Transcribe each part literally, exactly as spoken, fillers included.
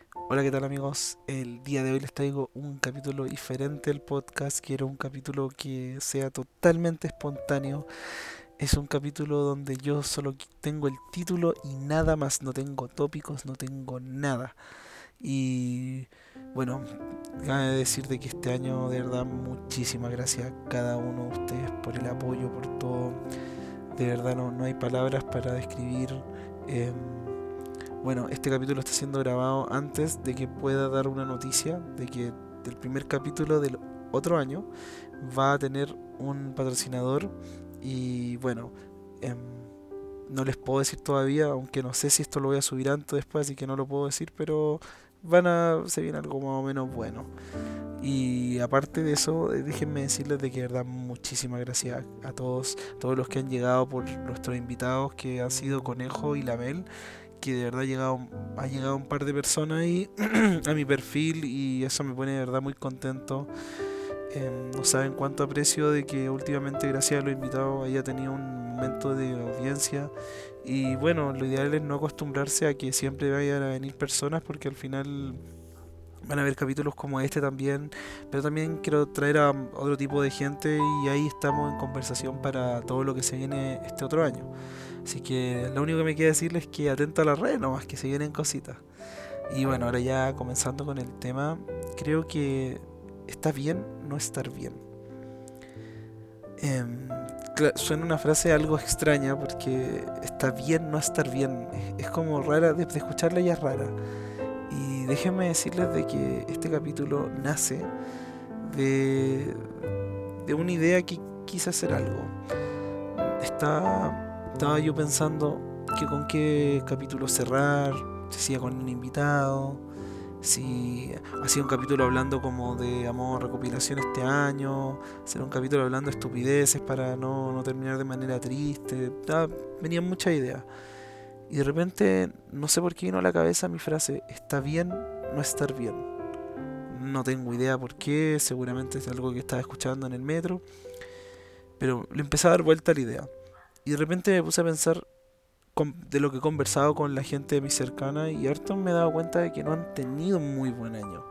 Hola, ¿qué tal amigos? El día de hoy les traigo un capítulo diferente del podcast. Quiero un capítulo que sea totalmente espontáneo. Es un capítulo donde yo solo qui- tengo el título y nada más. No tengo tópicos, no tengo nada. Y bueno, cabe decir de que este año de verdad muchísimas gracias a cada uno de ustedes por el apoyo, por todo. De verdad no, no hay palabras para describir. em, bueno, este capítulo está siendo grabado antes de que pueda dar una noticia de que el primer capítulo del otro año va a tener un patrocinador y bueno, em, no les puedo decir todavía, aunque no sé si esto lo voy a subir antes o después, así que no lo puedo decir, pero van a se viene algo más o menos bueno. Y aparte de eso, eh, déjenme decirles de que de verdad muchísimas gracias a, a todos, todos los que han llegado por nuestros invitados que han sido Conejo y Lamel, que de verdad ha llegado, ha llegado un par de personas ahí a mi perfil y eso me pone de verdad muy contento. Eh, no saben cuánto aprecio de que últimamente gracias a los invitados haya tenido un momento de audiencia y bueno, lo ideal es no acostumbrarse a que siempre vayan a venir personas porque al final van a haber capítulos como este también, pero también quiero traer a otro tipo de gente y ahí estamos en conversación para todo lo que se viene este otro año. Así que lo único que me queda decirles es que atento a las redes nomás, que se vienen cositas. Y bueno, ahora ya comenzando con el tema, creo que está bien no estar bien. Em, cla- suena una frase algo extraña porque está bien no estar bien. Es, es como rara, de, de escucharla ya es rara. Y déjenme decirles de que este capítulo nace de, de una idea que quise hacer algo. Estaba, estaba yo pensando que con qué capítulo cerrar, si hacía con un invitado, si hacía un capítulo hablando como de amor, recopilación este año, hacer un capítulo hablando de estupideces para no, no terminar de manera triste. Ah, venían muchas ideas. Y de repente, no sé por qué vino a la cabeza mi frase, está bien no estar bien. No tengo idea por qué, seguramente es algo que estaba escuchando en el metro, pero le empecé a dar vuelta a la idea. Y de repente me puse a pensar de lo que he conversado con la gente de mi cercana y harto me he dado cuenta de que no han tenido un muy buen año.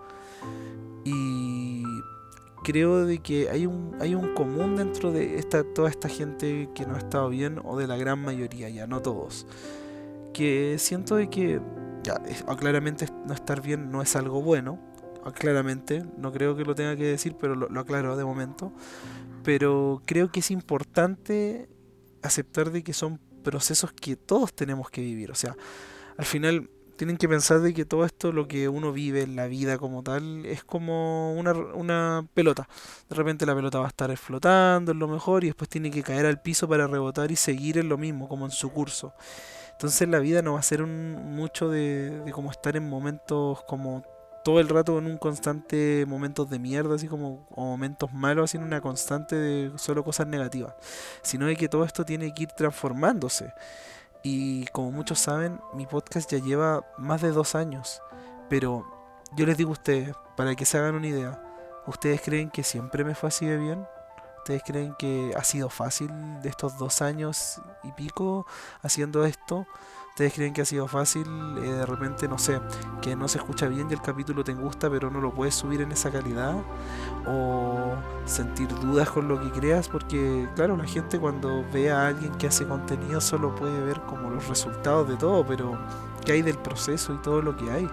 Y creo de que hay un, hay un común dentro de esta, toda esta gente que no ha estado bien, o de la gran mayoría, ya no todos. Que siento de que, ya, es- ah, claramente no estar bien no es algo bueno. Ah, claramente, no creo que lo tenga que decir, pero lo, lo aclaro de momento. Pero creo que es importante aceptar de que son procesos que todos tenemos que vivir. O sea, al final tienen que pensar de que todo esto, lo que uno vive en la vida como tal, es como una, una pelota. De repente la pelota va a estar flotando en lo mejor y después tiene que caer al piso para rebotar y seguir en lo mismo, como en su curso. Entonces la vida no va a ser un, mucho de, de como estar en momentos como todo el rato en un constante momentos de mierda, así como o momentos malos, así en una constante de solo cosas negativas, sino de que todo esto tiene que ir transformándose. Y como muchos saben, mi podcast ya lleva más de dos años. Pero yo les digo a ustedes, para que se hagan una idea, ¿ustedes creen que siempre me fue así de bien? ¿Ustedes creen que ha sido fácil de estos dos años y pico haciendo esto? ¿Ustedes creen que ha sido fácil eh, de repente, no sé, que no se escucha bien y el capítulo te gusta pero no lo puedes subir en esa calidad? ¿O sentir dudas con lo que creas? Porque claro, la gente cuando ve a alguien que hace contenido solo puede ver como los resultados de todo, pero ¿qué hay del proceso y todo lo que hay?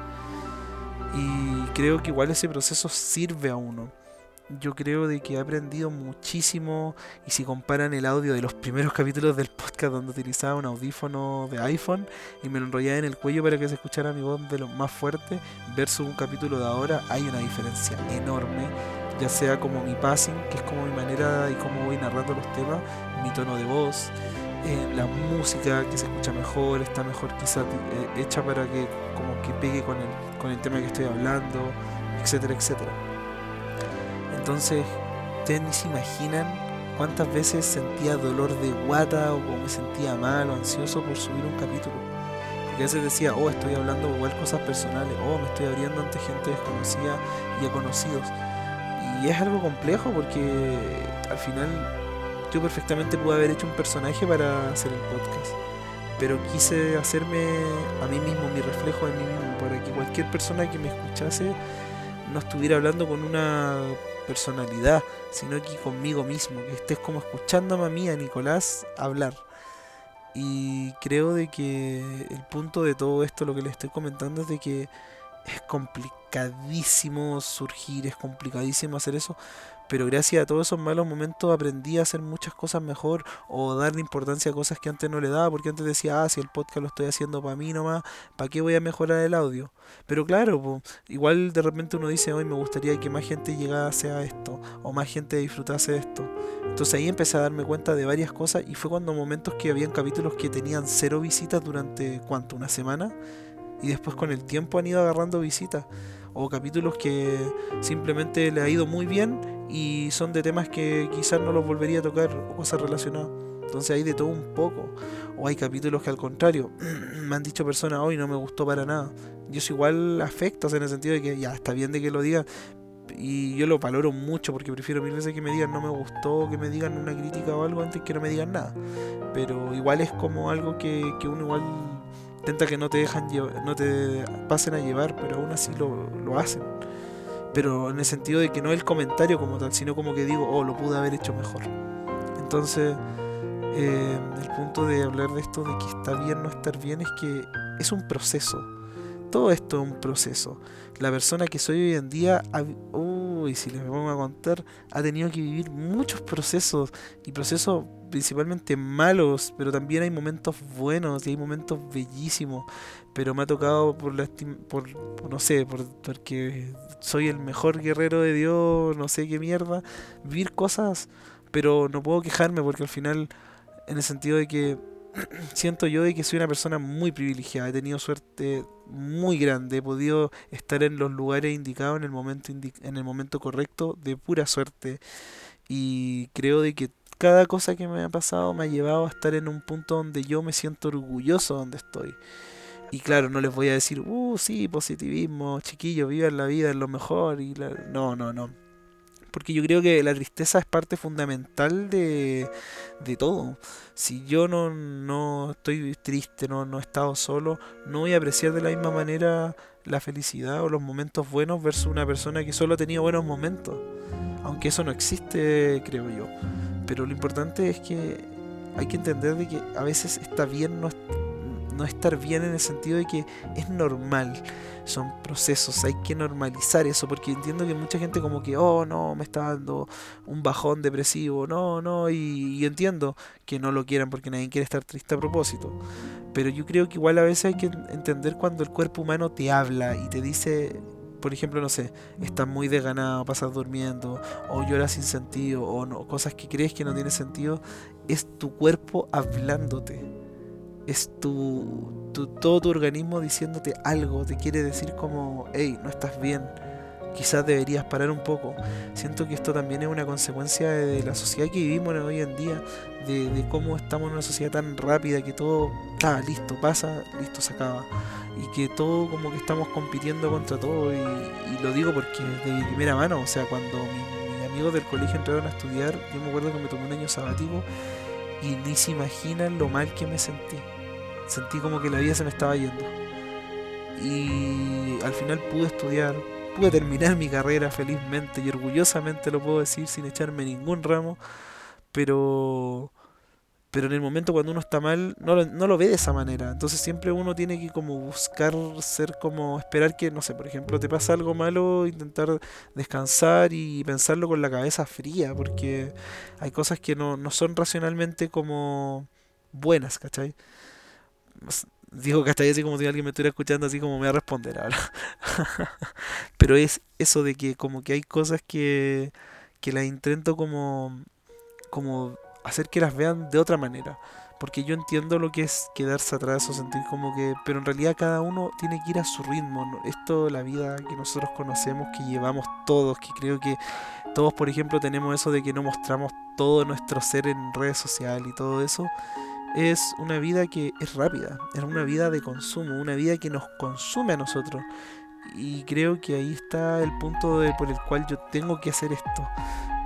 Y creo que igual ese proceso sirve a uno. Yo creo de que he aprendido muchísimo y si comparan el audio de los primeros capítulos del podcast donde utilizaba un audífono de iPhone y me lo enrollaba en el cuello para que se escuchara mi voz de lo más fuerte versus un capítulo de ahora, hay una diferencia enorme, ya sea como mi passing, que es como mi manera y cómo voy narrando los temas, mi tono de voz, eh, la música que se escucha mejor, está mejor quizás eh, hecha para que como que pegue con el, con el tema que estoy hablando, etcétera, etcétera. Entonces, ustedes ni se imaginan cuántas veces sentía dolor de guata o como me sentía mal o ansioso por subir un capítulo. Porque a veces decía, oh, estoy hablando igual cosas personales, oh, me estoy abriendo ante gente desconocida y a conocidos. Y es algo complejo porque al final yo perfectamente pude haber hecho un personaje para hacer el podcast. pero quise hacerme a mí mismo, mi reflejo de mí mismo, para que cualquier persona que me escuchase no estuviera hablando con una personalidad, sino que conmigo mismo, que estés como escuchándome a mí, a Nicolás, hablar. Y creo de que el punto de todo esto, lo que les estoy comentando, es de que es complicadísimo surgir, es complicadísimo hacer eso, pero gracias a todos esos malos momentos aprendí a hacer muchas cosas mejor o darle importancia a cosas que antes no le daba, porque antes decía, ah, si el podcast lo estoy haciendo para mí nomás, ¿para qué voy a mejorar el audio? Pero claro, po, igual de repente uno dice, hoy me gustaría que más gente llegase a esto, o más gente disfrutase esto. Entonces ahí empecé a darme cuenta de varias cosas y fue cuando momentos que habían capítulos que tenían cero visitas durante, ¿cuánto? ¿Una semana? Y después con el tiempo han ido agarrando visitas. O capítulos que simplemente le ha ido muy bien y son de temas que quizás no los volvería a tocar o cosas relacionadas. Entonces hay de todo un poco. O hay capítulos que al contrario, me han dicho personas, hoy no me gustó para nada. Yo soy igual afecto, o sea, en el sentido de que ya está bien de que lo digan. Y yo lo valoro mucho porque prefiero mil veces que me digan no me gustó, que me digan una crítica o algo antes que no me digan nada. Pero igual es como algo que, que uno igual intenta que no te dejan llevar, no te pasen a llevar, pero aún así lo, lo hacen. Pero en el sentido de que no el comentario como tal, sino como que digo, oh, lo pude haber hecho mejor. Entonces, eh, el punto de hablar de esto, de que está bien no estar bien, es que es un proceso. Todo esto es un proceso. La persona que soy hoy en día, ha, uy, si les pongo a contar, ha tenido que vivir muchos procesos y procesos principalmente malos, pero también hay momentos buenos y hay momentos bellísimos. Pero me ha tocado por la por, por no sé, por, porque soy el mejor guerrero de Dios, no sé qué mierda, vivir cosas, pero no puedo quejarme porque al final, en el sentido de que siento yo de que soy una persona muy privilegiada, he tenido suerte muy grande, he podido estar en los lugares indicados en el momento indi- en el momento correcto de pura suerte y creo de que cada cosa que me ha pasado me ha llevado a estar en un punto donde yo me siento orgulloso donde estoy. Y claro, no les voy a decir, uh, sí, positivismo, chiquillos, vivan la vida, es lo mejor. Y la... No, no, no. Porque yo creo que la tristeza es parte fundamental de, de todo. Si yo no, no estoy triste, no, no he estado solo, no voy a apreciar de la misma manera la felicidad o los momentos buenos versus una persona que solo ha tenido buenos momentos. Aunque eso no existe, creo yo. Pero lo importante es que hay que entender de que a veces está bien no, no estar bien en el sentido de que es normal. Son procesos, hay que normalizar eso, porque entiendo que mucha gente como que, oh no, me está dando un bajón depresivo, no, no, y, y entiendo que no lo quieran porque nadie quiere estar triste a propósito, pero yo creo que igual a veces hay que entender cuando el cuerpo humano te habla y te dice, por ejemplo, no sé, estás muy desganado, pasas durmiendo, o lloras sin sentido, o no, cosas que crees que no tienen sentido, es tu cuerpo hablándote, es tu, tu, todo tu organismo diciéndote algo, te quiere decir como, hey, no estás bien, quizás deberías parar un poco. Siento que esto también es una consecuencia de la sociedad que vivimos hoy en día, de, de cómo estamos en una sociedad tan rápida que todo está listo, pasa, listo, se acaba. Y que todo como que estamos compitiendo contra todo y, y lo digo porque de primera mano, o sea, cuando mi- mis amigos del colegio entraron a estudiar, yo me acuerdo que me tomé un año sabático y ni se imaginan lo mal que me sentí. Sentí como que la vida se me estaba yendo. Y al final pude estudiar, pude terminar mi carrera felizmente y orgullosamente lo puedo decir sin echarme ningún ramo, pero pero en el momento cuando uno está mal no lo, no lo ve de esa manera. Entonces siempre uno tiene que como buscar ser como esperar que, no sé, por ejemplo, te pasa algo malo, intentar descansar y pensarlo con la cabeza fría, porque hay cosas que no, no son racionalmente como buenas, ¿cachai? s- Digo que hasta ahí así como si alguien me estuviera escuchando así como me va a responder ahora. Pero es eso de que como que hay cosas que, que las intento como, como hacer que las vean de otra manera. Porque yo entiendo lo que es quedarse atrás o sentir como que... Pero en realidad cada uno tiene que ir a su ritmo. ¿No? Esto, la vida que nosotros conocemos, que llevamos todos, que creo que todos, por ejemplo, tenemos eso de que no mostramos todo nuestro ser en redes sociales y todo eso es una vida que es rápida, es una vida de consumo, una vida que nos consume a nosotros. Y creo que ahí está el punto de- por el cual yo tengo que hacer esto.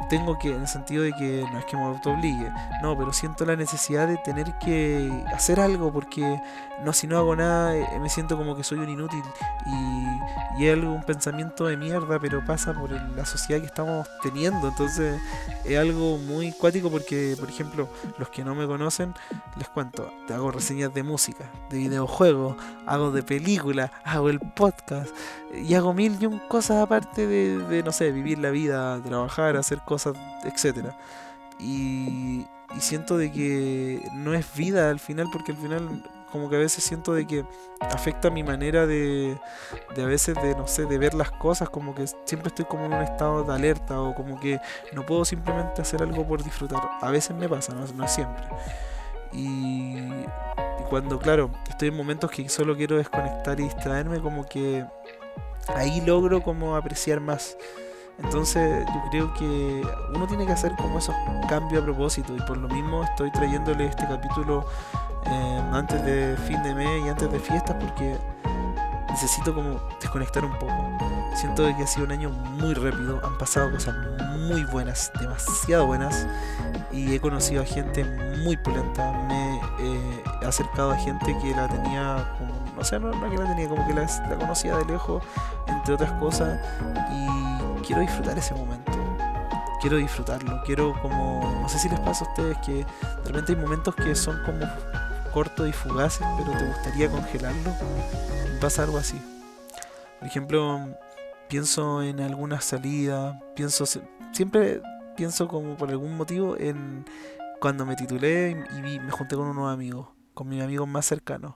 tengo que, en el sentido de que no es que me autoobligue, no, pero siento la necesidad de tener que hacer algo porque no, si no hago nada eh, me siento como que soy un inútil y, y es algo, un pensamiento de mierda, pero pasa por el- la sociedad que estamos teniendo, entonces es algo muy cuático porque, por ejemplo, los que no me conocen, les cuento, te hago reseñas de música, de videojuegos, hago de películas, hago el podcast y hago mil y un cosas aparte de, de, no sé, vivir la vida, trabajar, hacer cosas, etcétera. Y, y siento de que no es vida al final, porque al final como que a veces siento de que afecta mi manera de, de a veces de, no sé, de ver las cosas, como que siempre estoy como en un estado de alerta o como que no puedo simplemente hacer algo por disfrutar. A veces me pasa, no, no es siempre. Y, y cuando, claro, estoy en momentos que solo quiero desconectar y distraerme, como que ahí logro como apreciar más. Entonces yo creo que uno tiene que hacer como esos cambios a propósito y por lo mismo estoy trayéndole este capítulo eh, antes de fin de mes y antes de fiestas porque necesito como desconectar un poco. Siento que ha sido un año muy rápido, han pasado cosas muy buenas, demasiado buenas y he conocido a gente muy polenta, me eh, he acercado a gente que la tenía como, o sea, no, no que la tenía, como que la, la conocía de lejos, entre otras cosas, y quiero disfrutar ese momento, quiero disfrutarlo, quiero como, no sé si les pasa a ustedes que de repente hay momentos que son como cortos y fugaces, pero te gustaría congelarlo, me pasa algo así. Por ejemplo, pienso en alguna salida, pienso si- siempre pienso como por algún motivo en cuando me titulé y, y vi- me junté con unos amigos, con mis amigos más cercanos.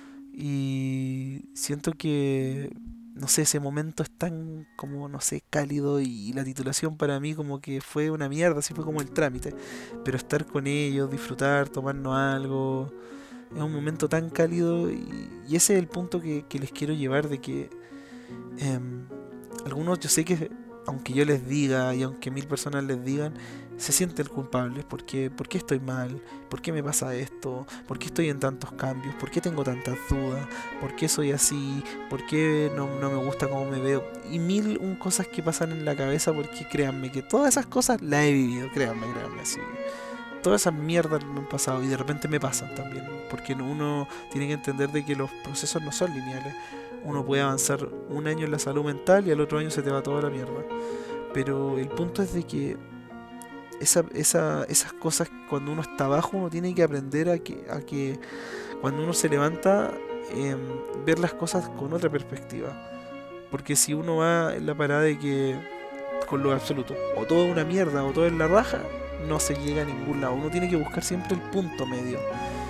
Y siento que, no sé, ese momento es tan como, no sé, cálido y la titulación para mí como que fue una mierda, así fue como el trámite. Pero estar con ellos, disfrutar, tomarnos algo, es un momento tan cálido y, y ese es el punto que, que les quiero llevar de que em, algunos yo sé que aunque yo les diga y aunque mil personas les digan, se sienten culpables porque ¿por qué estoy mal? ¿Por qué me pasa esto? ¿Por qué estoy en tantos cambios? ¿Por qué tengo tantas dudas? ¿Por qué soy así? ¿Por qué no, no me gusta cómo me veo? Y mil un cosas que pasan en la cabeza porque créanme que todas esas cosas las he vivido, créanme, créanme, así. Todas esas mierdas me han pasado y de repente me pasan también, porque uno tiene que entender de que los procesos no son lineales. Uno puede avanzar un año en la salud mental y al otro año se te va toda la mierda. Pero el punto es de que esa, esa, esas cosas cuando uno está abajo uno tiene que aprender a que, a que cuando uno se levanta eh, ver las cosas con otra perspectiva. Porque si uno va en la parada de que con lo absoluto, o todo es una mierda o todo es la raja, no se llega a ningún lado. Uno tiene que buscar siempre el punto medio.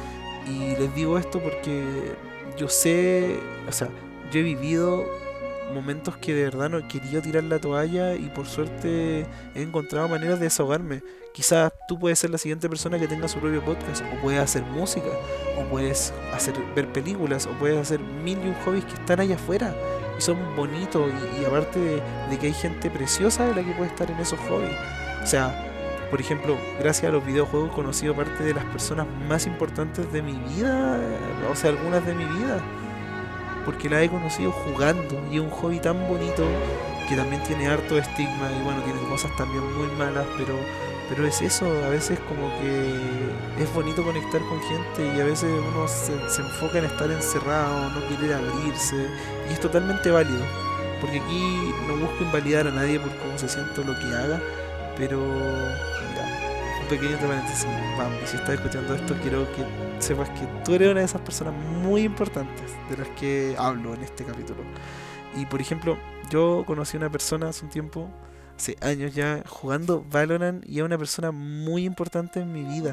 Y les digo esto porque yo sé, o sea, yo he vivido momentos que de verdad no he querido tirar la toalla y por suerte he encontrado maneras de desahogarme. Quizás tú puedes ser la siguiente persona que tenga su propio podcast, o puedes hacer música, o puedes hacer ver películas, o puedes hacer mil y un hobbies que están allá afuera y son bonitos y, y aparte de, de que hay gente preciosa de la que puede estar en esos hobbies. O sea, por ejemplo, gracias a los videojuegos he conocido parte de las personas más importantes de mi vida, o sea, algunas de mi vida porque la he conocido jugando y es un hobby tan bonito que también tiene harto estigma y bueno, tiene cosas también muy malas, pero pero es eso, a veces como que es bonito conectar con gente y a veces uno se, se enfoca en estar encerrado, no querer abrirse y es totalmente válido, porque aquí no busco invalidar a nadie por cómo se siente o lo que haga, pero mira, un pequeño entre paréntesis, Bambi, si estás escuchando esto quiero que sepas que tú eres una de esas personas muy importantes de las que hablo en este capítulo. Y por ejemplo, yo conocí a una persona hace un tiempo, hace años ya, jugando Valorant y es una persona muy importante en mi vida.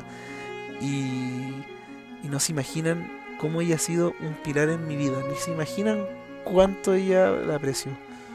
Y, y no se imaginan cómo ella ha sido un pilar en mi vida, ni se imaginan cuánto ella la aprecio.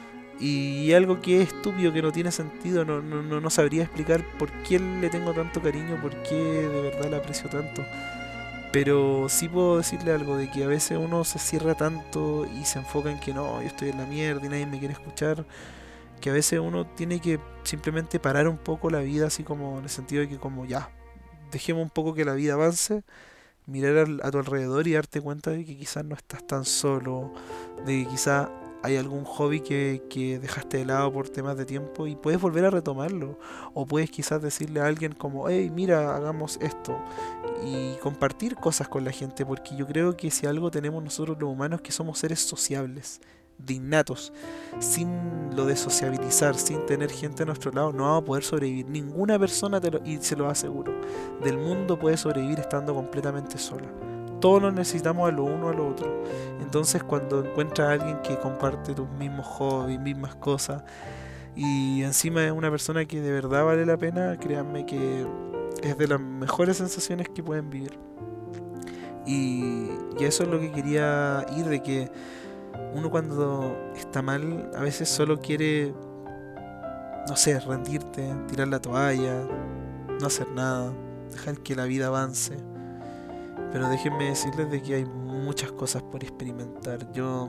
Y algo que es estúpido, que no tiene sentido, no, no, no, no sabría explicar por qué le tengo tanto cariño, por qué de verdad la aprecio tanto. Pero sí puedo decirle algo de que a veces uno se cierra tanto y se enfoca en que no, yo estoy en la mierda y nadie me quiere escuchar, que a veces uno tiene que simplemente parar un poco la vida, así como en el sentido de que como ya, dejemos un poco que la vida avance, mirar al- a tu alrededor y darte cuenta de que quizás no estás tan solo, de que quizás hay algún hobby que, que dejaste de lado por temas de tiempo y puedes volver a retomarlo. O puedes quizás decirle a alguien como, hey, mira, hagamos esto. Y compartir cosas con la gente, porque yo creo que si algo tenemos nosotros los humanos es que somos seres sociables, de innatos. Sin lo de sociabilizar, sin tener gente a nuestro lado, no vamos a poder sobrevivir. Ninguna persona, te lo, y se lo aseguro, del mundo puede sobrevivir estando completamente sola. Todos nos necesitamos a lo uno a lo otro. Entonces cuando encuentras a alguien que comparte tus mismos hobbies, mismas cosas, y encima es una persona que de verdad vale la pena, créanme que es de las mejores sensaciones que pueden vivir. Y, y eso es lo que quería ir, de que uno cuando está mal a veces solo quiere, no sé, rendirte, tirar la toalla, no hacer nada, dejar que la vida avance. Pero déjenme decirles de que hay muchas cosas por experimentar. Yo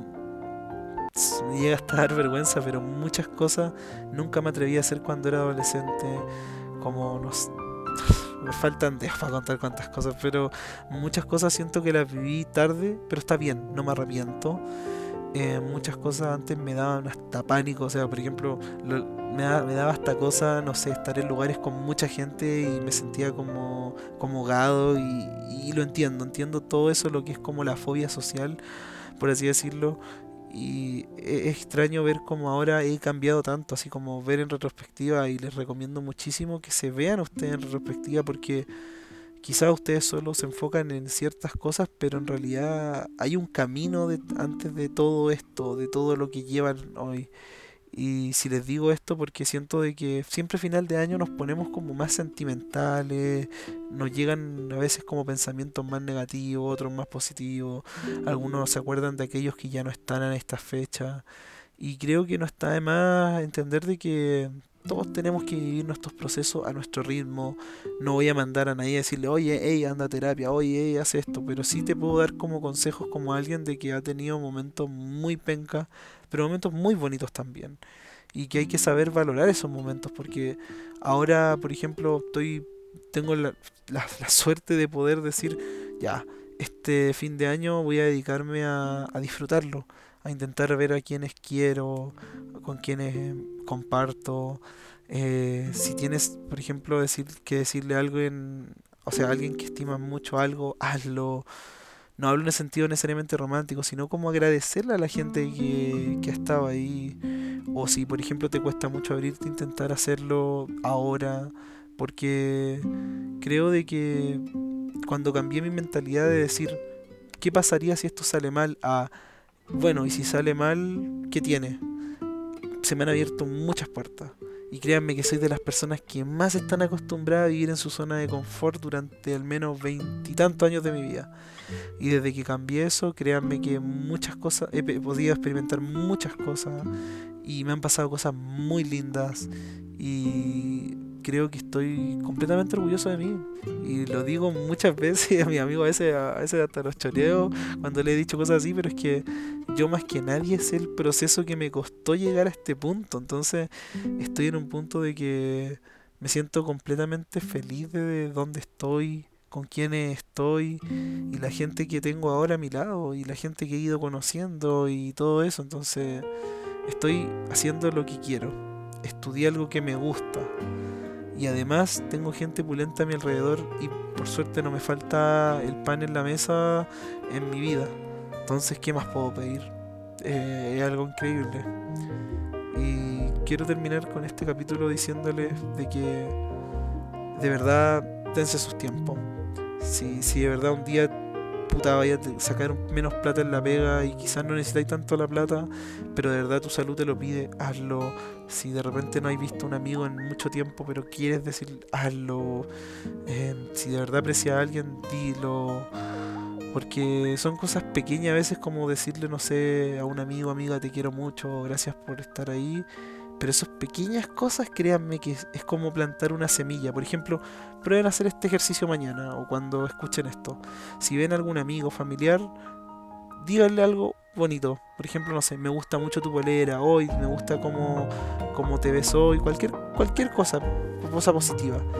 me llega hasta dar vergüenza, pero muchas cosas nunca me atreví a hacer cuando era adolescente. Como nos... me faltan días para contar cuántas cosas, pero muchas cosas siento que las viví tarde, pero está bien, no me arrepiento. Eh, muchas cosas antes me daban hasta pánico, o sea, por ejemplo, lo- me, da- me daba hasta cosa, no sé, estar en lugares con mucha gente y me sentía como, como ahogado y, y lo entiendo, entiendo todo eso, lo que es como la fobia social, por así decirlo. Y e- es extraño ver cómo ahora he cambiado tanto, así como ver en retrospectiva, y les recomiendo muchísimo que se vean ustedes en retrospectiva porque quizás ustedes solo se enfocan en ciertas cosas, pero en realidad hay un camino de- antes de todo esto, de todo lo que llevan hoy. Y si les digo esto porque siento de que siempre a final de año nos ponemos como más sentimentales, nos llegan a veces como pensamientos más negativos, otros más positivos, algunos se acuerdan de aquellos que ya no están en esta fecha. Y creo que no está de más entender de que todos tenemos que vivir nuestros procesos a nuestro ritmo. No voy a mandar a nadie a decirle, oye, hey, anda a terapia, oye, hey, haz esto. Pero sí te puedo dar como consejos como alguien de que ha tenido momentos muy pencas, pero momentos muy bonitos también. Y que hay que saber valorar esos momentos porque ahora, por ejemplo, estoy tengo la, la, la suerte de poder decir, ya, este fin de año voy a dedicarme a, a disfrutarlo, a intentar ver a quienes quiero, con quienes comparto. Eh, si tienes, por ejemplo, decir que decirle algo en, o sea, a alguien que estimas mucho algo, hazlo. No hablo en el sentido necesariamente romántico, sino como agradecerle a la gente que, que ha estado ahí. O si, por ejemplo, te cuesta mucho abrirte, intentar hacerlo ahora. Porque creo de que cuando cambié mi mentalidad de decir, ¿qué pasaría si esto sale mal? A, bueno, y si sale mal, ¿qué tiene? Se me han abierto muchas puertas. Y créanme que soy de las personas que más están acostumbradas a vivir en su zona de confort durante al menos veintitantos años de mi vida. Y desde que cambié eso, créanme que muchas cosas, he pe- podido experimentar muchas cosas y me han pasado cosas muy lindas y creo que estoy completamente orgulloso de mí. Y lo digo muchas veces a mi amigo, a veces, a veces hasta los choreo cuando le he dicho cosas así, pero es que yo más que nadie sé el proceso que me costó llegar a este punto. Entonces estoy en un punto de que me siento completamente feliz de dónde estoy, con quiénes estoy y la gente que tengo ahora a mi lado y la gente que he ido conociendo y todo eso. Entonces estoy haciendo lo que quiero, estudié algo que me gusta y además tengo gente pulenta a mi alrededor y por suerte no me falta el pan en la mesa en mi vida. Entonces, ¿qué más puedo pedir? Eh, es algo increíble. Y quiero terminar con este capítulo diciéndoles de que de verdad dense sus tiempos. Si, si de verdad un día puta vaya a sacar menos plata en la pega y quizás no necesitáis tanto la plata, pero de verdad tu salud te lo pide, hazlo. Si de repente no has visto a un amigo en mucho tiempo, pero quieres decir, hazlo. Eh, si de verdad aprecias a alguien, dilo. Porque son cosas pequeñas a veces como decirle, no sé, a un amigo, amiga, te quiero mucho, gracias por estar ahí. Pero esas pequeñas cosas, créanme que es, es como plantar una semilla. Por ejemplo, prueben a hacer este ejercicio mañana o cuando escuchen esto. Si ven a algún amigo familiar, díganle algo bonito. Por ejemplo, no sé, me gusta mucho tu polera hoy, me gusta cómo, cómo te ves hoy, cualquier, cualquier cosa, cosa positiva.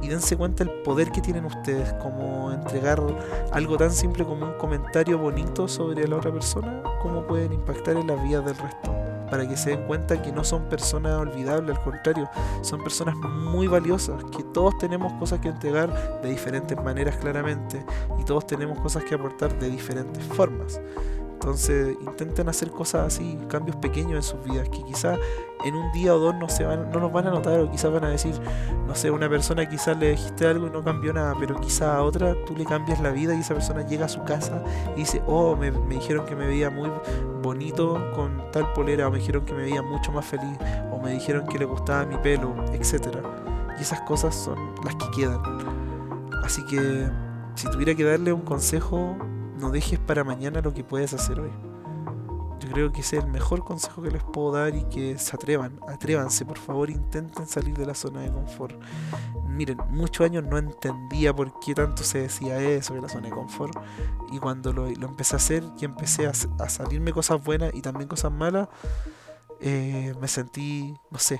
y dense cuenta el poder que tienen ustedes, como entregar algo tan simple como un comentario bonito sobre la otra persona, cómo pueden impactar en las vidas del resto, para que se den cuenta que no son personas olvidables, al contrario, son personas muy valiosas, que todos tenemos cosas que entregar de diferentes maneras claramente, y todos tenemos cosas que aportar de diferentes formas. Entonces intenten hacer cosas así, cambios pequeños en sus vidas, que quizás en un día o dos no, se van, no los van a notar, o quizás van a decir, no sé, una persona quizás le dijiste algo y no cambió nada, pero quizás a otra tú le cambias la vida y esa persona llega a su casa y dice, oh, me, me dijeron que me veía muy bonito con tal polera, o me dijeron que me veía mucho más feliz, o me dijeron que le gustaba mi pelo, etcétera. Y esas cosas son las que quedan. Así que si tuviera que darle un consejo, no dejes para mañana lo que puedes hacer hoy. Yo creo que ese es el mejor consejo que les puedo dar, y que se atrevan, atrévanse, por favor, intenten salir de la zona de confort. Miren, muchos años no entendía por qué tanto se decía eso de la zona de confort, y cuando lo, lo empecé a hacer y empecé a, a salirme cosas buenas y también cosas malas, eh, me sentí, no sé,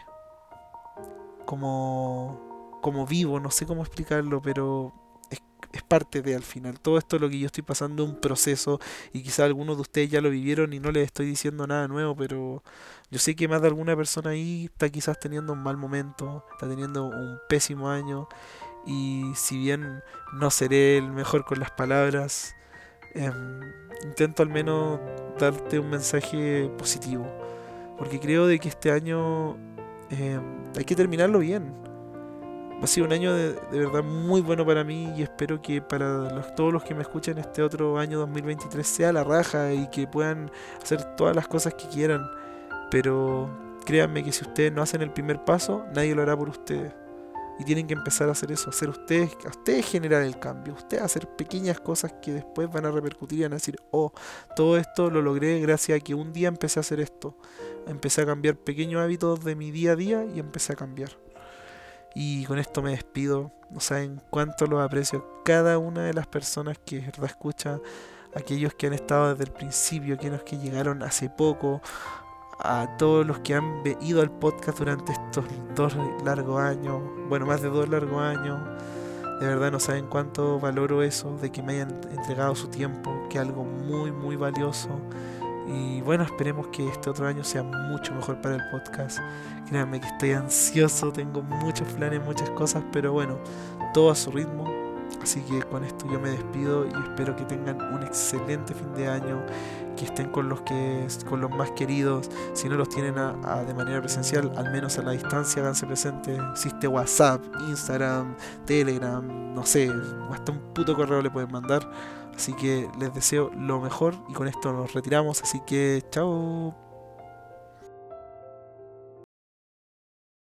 como, como vivo, no sé cómo explicarlo, pero es, es parte de, al final. Todo esto lo que yo estoy pasando es un proceso, y quizá algunos de ustedes ya lo vivieron y no les estoy diciendo nada nuevo, pero yo sé que más de alguna persona ahí está quizás teniendo un mal momento, está teniendo un pésimo año, y si bien no seré el mejor con las palabras, em, intento al menos darte un mensaje positivo, porque creo de que este año em, hay que terminarlo bien. Ha sido un año de, de verdad muy bueno para mí, y espero que para los- todos los que me escuchen este otro año dos mil veintitrés sea la raja y que puedan hacer todas las cosas que quieran. Pero créanme que si ustedes no hacen el primer paso, nadie lo hará por ustedes. Y tienen que empezar a hacer eso, hacer ustedes, a ustedes generar el cambio, ustedes hacer pequeñas cosas que después van a repercutir y van a decir, oh, todo esto lo logré gracias a que un día empecé a hacer esto. Empecé a cambiar pequeños hábitos de mi día a día y empecé a cambiar. Y con esto me despido. No saben cuánto los aprecio cada una de las personas que de verdad escuchan, aquellos que han estado desde el principio, aquellos que llegaron hace poco, a todos los que han ve- ido al podcast durante estos dos largos años, bueno, más de dos largos años. De verdad no saben cuánto valoro eso, de que me hayan entregado su tiempo, que es algo muy, muy valioso. Y bueno, esperemos que este otro año sea mucho mejor para el podcast. Créanme que estoy ansioso, tengo muchos planes, muchas cosas, pero bueno, todo a su ritmo. Así que con esto yo me despido y espero que tengan un excelente fin de año, que estén con los que con los más queridos. Si no los tienen a- a- de manera presencial, al menos a la distancia, háganse presentes. Existe WhatsApp, Instagram, Telegram, no sé, hasta un puto correo le pueden mandar. Así que les deseo lo mejor, y con esto nos retiramos. Así que chao.